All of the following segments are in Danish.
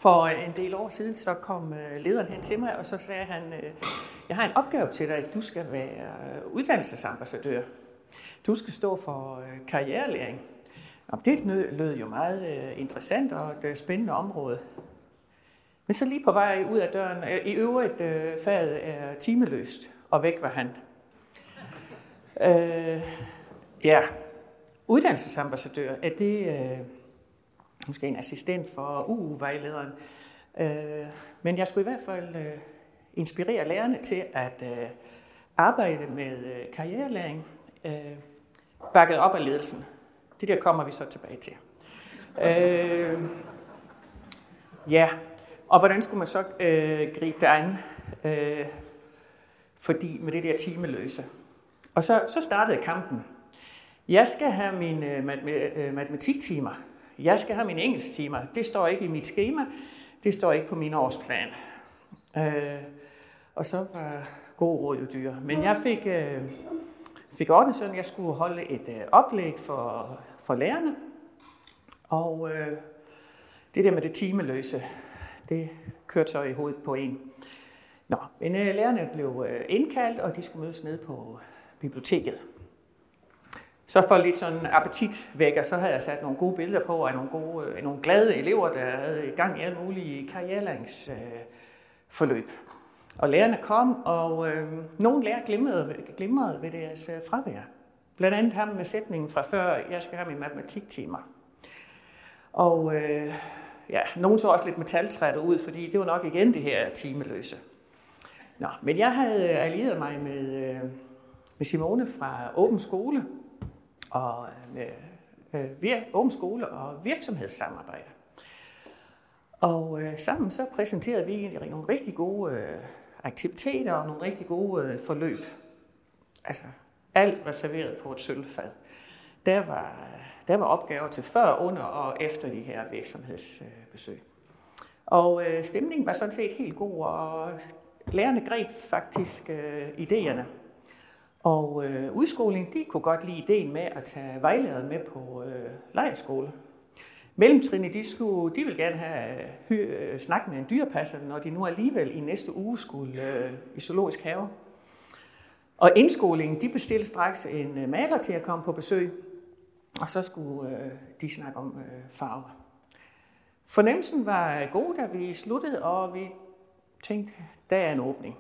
For en del år siden, så kom lederen hen til mig, og så sagde han, jeg har en opgave til dig, at du skal være uddannelsesambassadør. Du skal stå for karrierelæring. Og det lød jo meget interessant og et spændende område. Men så lige på vej ud af døren, i øvrigt faget er timeløst, og væk var han. Uddannelsesambassadør, er det måske en assistent for UU-vejlederen. Men jeg skulle i hvert fald inspirere lærerne til at arbejde med karrierelæring, bakket op af ledelsen. Det der kommer vi så tilbage til. Og hvordan skulle man så gribe det an? Fordi med det der timeløse. Og så startede kampen. Jeg skal have mine matematiktimer. Jeg skal have mine engelsktimer. Det står ikke i mit skema. Det står ikke på min årsplan. Og så var god råd jo dyre. Men jeg fik ordnet sådan, at jeg skulle holde et oplæg for lærerne. Og det der med det timeløse, det kørte så i hovedet på en. Men lærerne blev indkaldt, og de skulle mødes nede på biblioteket. Så for lidt sådan appetitvækker, så havde jeg sat nogle gode billeder på af nogle glade elever, der havde i gang i alle mulige karrierelæringsforløb. Og lærerne kom, og nogle lærere glimrede ved deres fravær. Blandt andet ham med sætningen fra før, jeg skal have mine matematiktimer. Og nogen så også lidt metaltrætte ud, fordi det var nok igen det her timeløse. Men jeg havde allieret mig med Simone fra Åben Skole, og Åben Skole og virksomhedssamarbejde. Og sammen så præsenterede vi nogle rigtig gode aktiviteter og nogle rigtig gode forløb. Altså alt var serveret på et sølvfad. Der var opgaver til før, under og efter de her virksomhedsbesøg. Og stemningen var sådan set helt god, og lærerne greb faktisk idéerne. Og udskolingen, de kunne godt lide ideen med at tage vejledere med på lejrskole. Mellemtrinnet, de ville gerne have snak med en dyrepasser, når de nu alligevel i næste uge skulle i zoologisk have. Og indskolingen, de bestilte straks en maler til at komme på besøg, og så skulle de snakke om farver. Fornemmelsen var god, da vi sluttede, og vi tænkte, der er en åbning.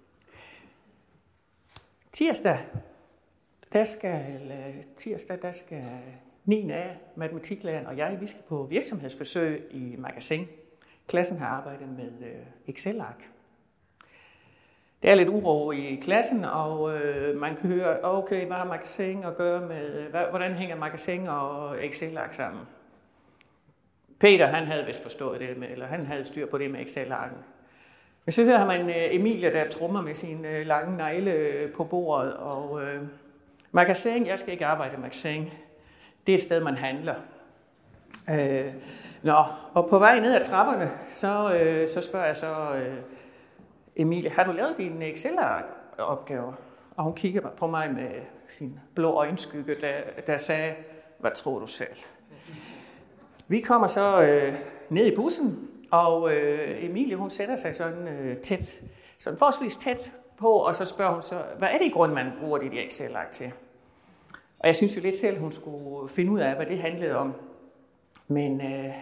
Tirsdag, der skal 9. A, matematiklæreren og jeg, vi skal på virksomhedsbesøg i Magasin. Klassen har arbejdet med Excel-ark. Der er lidt uro i klassen, og man kan høre, okay, hvad har Magasin at gøre med, hvordan hænger Magasin og Excel-ark sammen? Peter, han havde vist forstået det, eller han havde styr på det med Excel-arken. Men så hører man Emilie, der trommer med sine lange negle på bordet, og Magasin, jeg skal ikke arbejde i Magasin. Det er et sted, man handler. Og på vej ned ad trapperne, så spørger jeg så Emilie, har du lavet dine Excel-opgaver? Og hun kigger på mig med sin blå øjenskygge, der sagde, hvad tror du selv? Vi kommer så ned i bussen, og Emilie, hun sætter sig sådan forholdsvis tæt på, og så spørger hun så, hvad er det i grund, man bruger det der Excel-ark til? Og jeg synes jo lidt selv, hun skulle finde ud af, hvad det handlede om. Men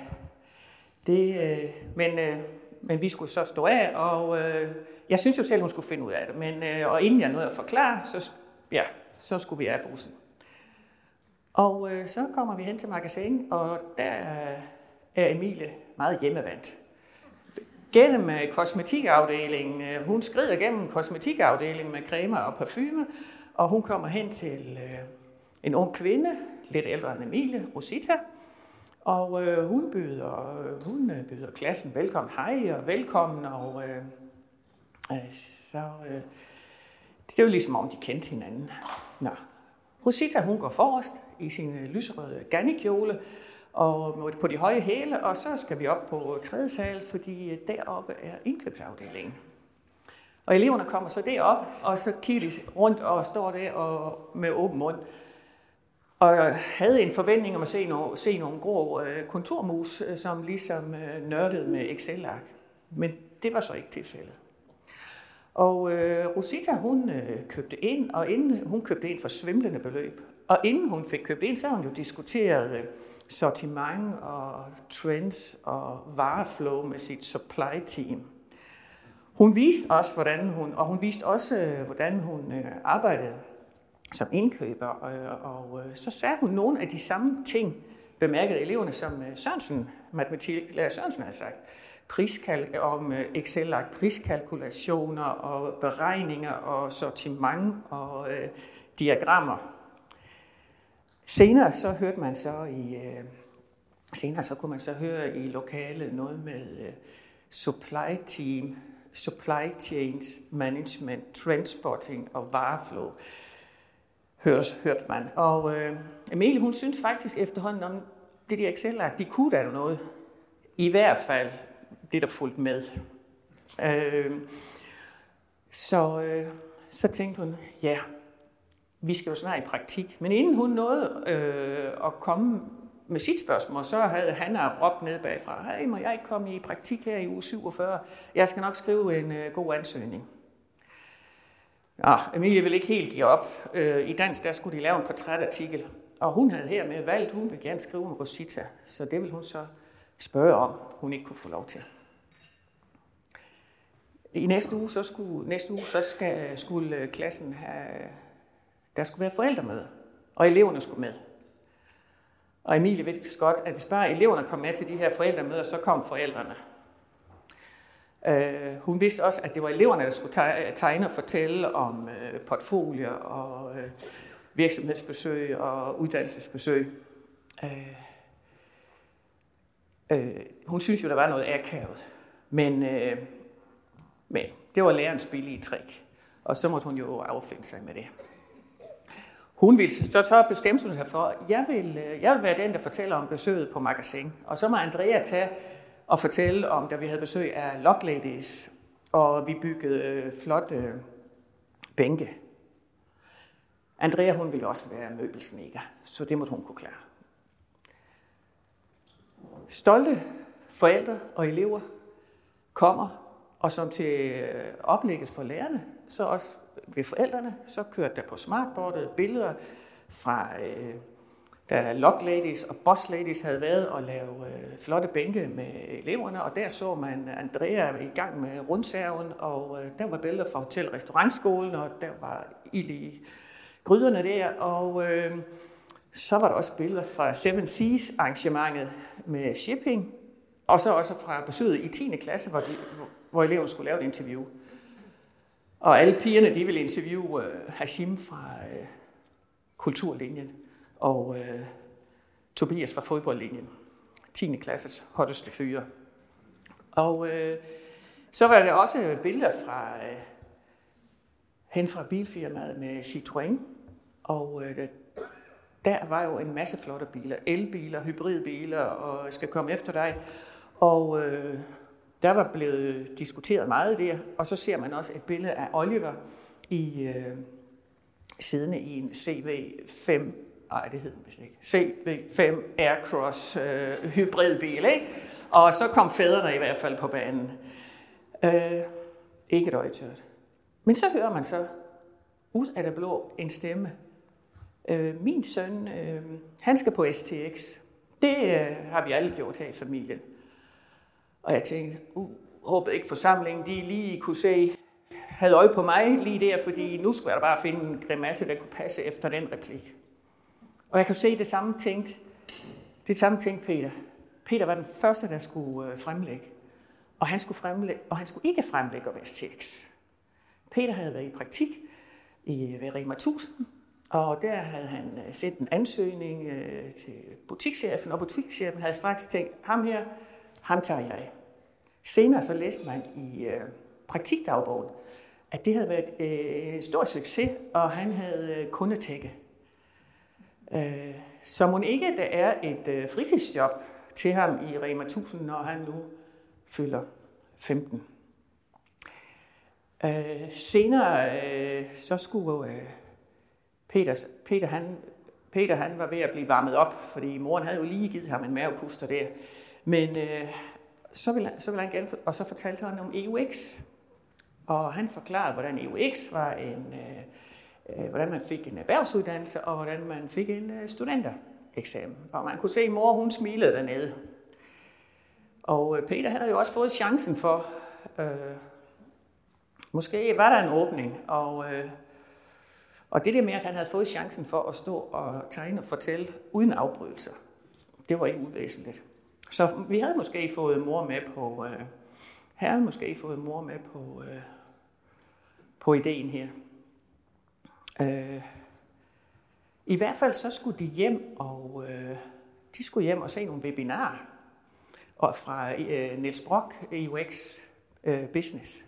vi skulle så stå af, og jeg synes jo selv, hun skulle finde ud af det. Og inden jeg nåede at forklare, så skulle vi af bussen. Og så kommer vi hen til Magasin, og der er Emilie meget hjemmevandt. Gennem kosmetikafdelingen. Hun skrider gennem kosmetikafdelingen med cremer og parfume, og hun kommer hen til en ung kvinde, lidt ældre end Emilie, Rosita, og hun byder klassen velkommen, hej og velkommen, og det er jo ligesom om de kendte hinanden. Rosita, hun går forrest i sin lyserøde gannikjole og på de høje hæle, og så skal vi op på 3. sal, fordi deroppe er indkøbsafdelingen. Og eleverne kommer så derop, og så kigger de rundt og står der og med åben mund. Og havde en forventning om at se nogle grå kontormus, som ligesom nørdede med Excel-ark. Men det var så ikke tilfældet. Og Rosita, hun købte ind, og inden hun købte ind for svimlende beløb. Og inden hun fik købt ind, så har hun jo diskuteret sortiment og trends og vareflow med sit supply team. Hun viste også, hvordan hun arbejdede som indkøber, og så sagde hun nogle af de samme ting, bemærkede eleverne, som matematiklærer Sørensen havde sagt. Om Excel-ark, priskalkulationer og beregninger og sortiment og diagrammer. Senere kunne man så høre i lokalet noget med supply chains management, transporting og vareflow. Hørte man. Og Emilie, hun synes faktisk efterhånden om det der Excel-ark, de kunne da noget. I hvert fald det, der fulgte med. Så tænkte hun, ja, vi skal jo snart i praktik. Men inden hun nåede at komme med sit spørgsmål, så havde Hanna råbt ned bagfra, hey, må jeg ikke komme i praktik her i uge 47? Jeg skal nok skrive en god ansøgning. Emilie ville ikke helt give op. I dansk, der skulle de lave en portrætartikel, og hun havde hermed valgt, hun ville gerne skrive om Rosita, så det ville hun så spørge om, hun ikke kunne få lov til. I næste uge, skulle klassen der skulle være forældremøde, og eleverne skulle med. Og Emilie vidste godt, at hvis bare eleverne kom med til de her forældremøder, så kom forældrene. Hun vidste også, at det var eleverne, der skulle tegne og fortælle om portfolier og virksomhedsbesøg og uddannelsesbesøg. Hun synes jo, der var noget akavet, men det var lærerens billige trick, og så måtte hun jo affinde sig med det. Hun ville så bestemme sig for, at jeg vil være den, der fortæller om besøget på Magasin, og så må Andrea tage og fortælle om, da vi havde besøg af Lock Ladies, og vi byggede flotte bænke. Andrea, hun ville også være møbelsnedker, så det måtte hun kunne klare. Stolte forældre og elever kommer, og som til oplægget for lærerne, så også ved forældrene, så kørte der på smartboardet billeder fra, da Lock Ladies og Boss Ladies havde været og lavet flotte bænke med eleverne, og der så man Andrea i gang med rundserven, og der var billeder fra Hotel- og Restaurantskolen, og der var ild i gryderne der, og så var der også billeder fra Seven Seas arrangementet med shipping, og så også fra besøget i 10. klasse, hvor eleverne skulle lave et interview. Og alle pigerne, de ville interviewe Hashim fra kulturlinjen, og Tobias fra fodboldlinjen. 10. klasses hotteste fyre. Og så var der også billeder hen fra bilfirmaet med Citroën, og der var jo en masse flotte biler, elbiler, hybridbiler, og skal komme efter dig. Og der var blevet diskuteret meget der, og så ser man også et billede af Oliver siddende i en CV5, CV5 Aircross hybridbil, ikke? Og så kom fædrene i hvert fald på banen. Ikke et øjetørt. Men så hører man så ud af det blå en stemme. Min søn, han skal på STX. Det har vi alle gjort her i familien. Og jeg tænkte, håbede ikke forsamlingen, de lige kunne havde øje på mig lige der, fordi nu skulle jeg da bare finde en grimasse, der kunne passe efter den replik. Og jeg kunne se det samme tænkte Peter. Peter var den første, der skulle fremlægge. Og han skulle ikke fremlægge om STX. Peter havde været i praktik ved Rema 1000, og der havde han sendt en ansøgning til butikschefen, og butikschefen havde straks tænkt, ham tager jeg. Senere så læste man i praktikdagbogen, at det havde været en stor succes, og han havde kundetække. Så mon ikke, der er et fritidsjob til ham i Rema 1000, når han nu fylder 15. Senere så skulle Peter han Peter han var ved at blive varmet op, fordi moren havde jo lige givet ham en mavepuster der. Men så ville han gerne, og så fortalte han om EUX. Og han forklarede, hvordan EUX var hvordan man fik en erhvervsuddannelse, og hvordan man fik en studentereksamen. Og man kunne se, at mor hun smilede dernede. Og Peter havde jo også fået chancen for, måske var der en åbning, og det der med, at han havde fået chancen for at stå og tegne og fortælle uden afbrydelser, det var ikke uvæsentligt. Så vi havde måske fået mor med på ideen her. I hvert fald så skulle de hjem og se nogle webinarer og fra Niels Brock, EUX Business.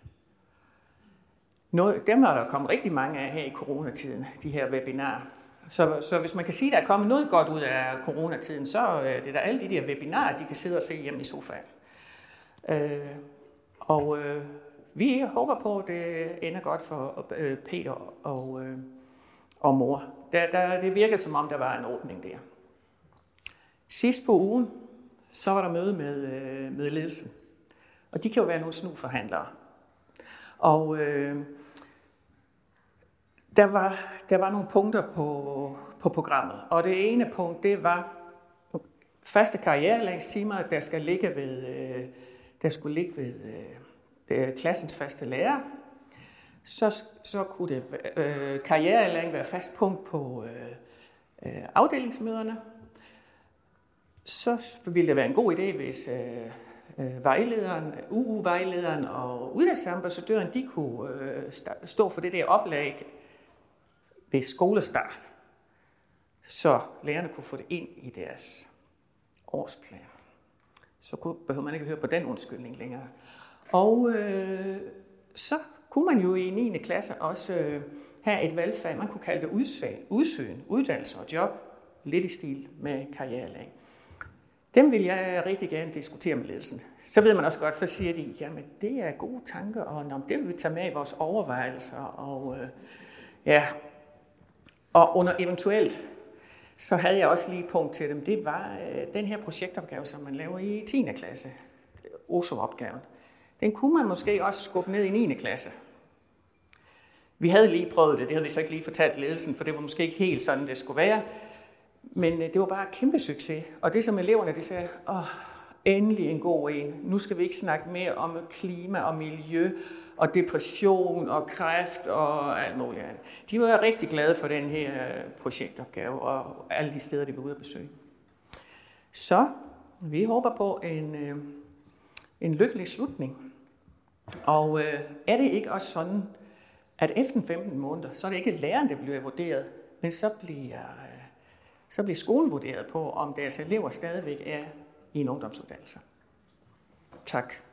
Dem er der kommet rigtig mange af her i coronatiden, de her webinarer. Så hvis man kan sige, at der er kommet noget godt ud af coronatiden, så er det der alle de der webinarer, de kan sidde og se hjemme i sofaen. Vi håber på, at det ender godt for Peter og mor. Det virker som om, der var en åbning der. Sidst på ugen, så var der møde med ledelsen. Og de kan jo være nogle snuforhandlere. Og der var nogle punkter på programmet. Og det ene punkt, det var faste karrierelæringstimer, der skulle ligge ved klassens faste lærer. Så kunne det karrierelæring være fast punkt på afdelingsmøderne. Så ville det være en god idé, hvis vejlederen, UU-vejlederen og uddannelsesambassadøren, de kunne stå for det der oplæg ved skolestart, så lærerne kunne få det ind i deres årsplan. Så behøver man ikke høre på den undskyldning længere. Og så kunne man jo i 9. klasse også have et valgfag, man kunne kalde det udsøgen, uddannelse og job, lidt i stil med karrierelæring. Dem vil jeg rigtig gerne diskutere med ledelsen. Så ved man også godt, så siger de, jamen det er gode tanker, og det vil vi tage med i vores overvejelser. Og under eventuelt, så havde jeg også lige et punkt til dem. Det var den her projektopgave, som man laver i 10. klasse, OSO-opgaven. Den kunne man måske også skubbe ned i 9. klasse. Vi havde lige prøvet det havde vi så ikke lige fortalt ledelsen, for det var måske ikke helt sådan, det skulle være. Men det var bare en kæmpe succes. Og det som eleverne, de sagde, endelig en god en. Nu skal vi ikke snakke mere om klima og miljø og depression og kræft og alt muligt andet. De var rigtig glade for den her projektopgave og alle de steder, de var ude at besøge. Så vi håber på en lykkelig slutning. Og er det ikke også sådan, at efter 15 måneder, så er det ikke læreren, der bliver vurderet, men så bliver skolen vurderet på, om deres elever stadigvæk er i en ungdomsuddannelse. Tak.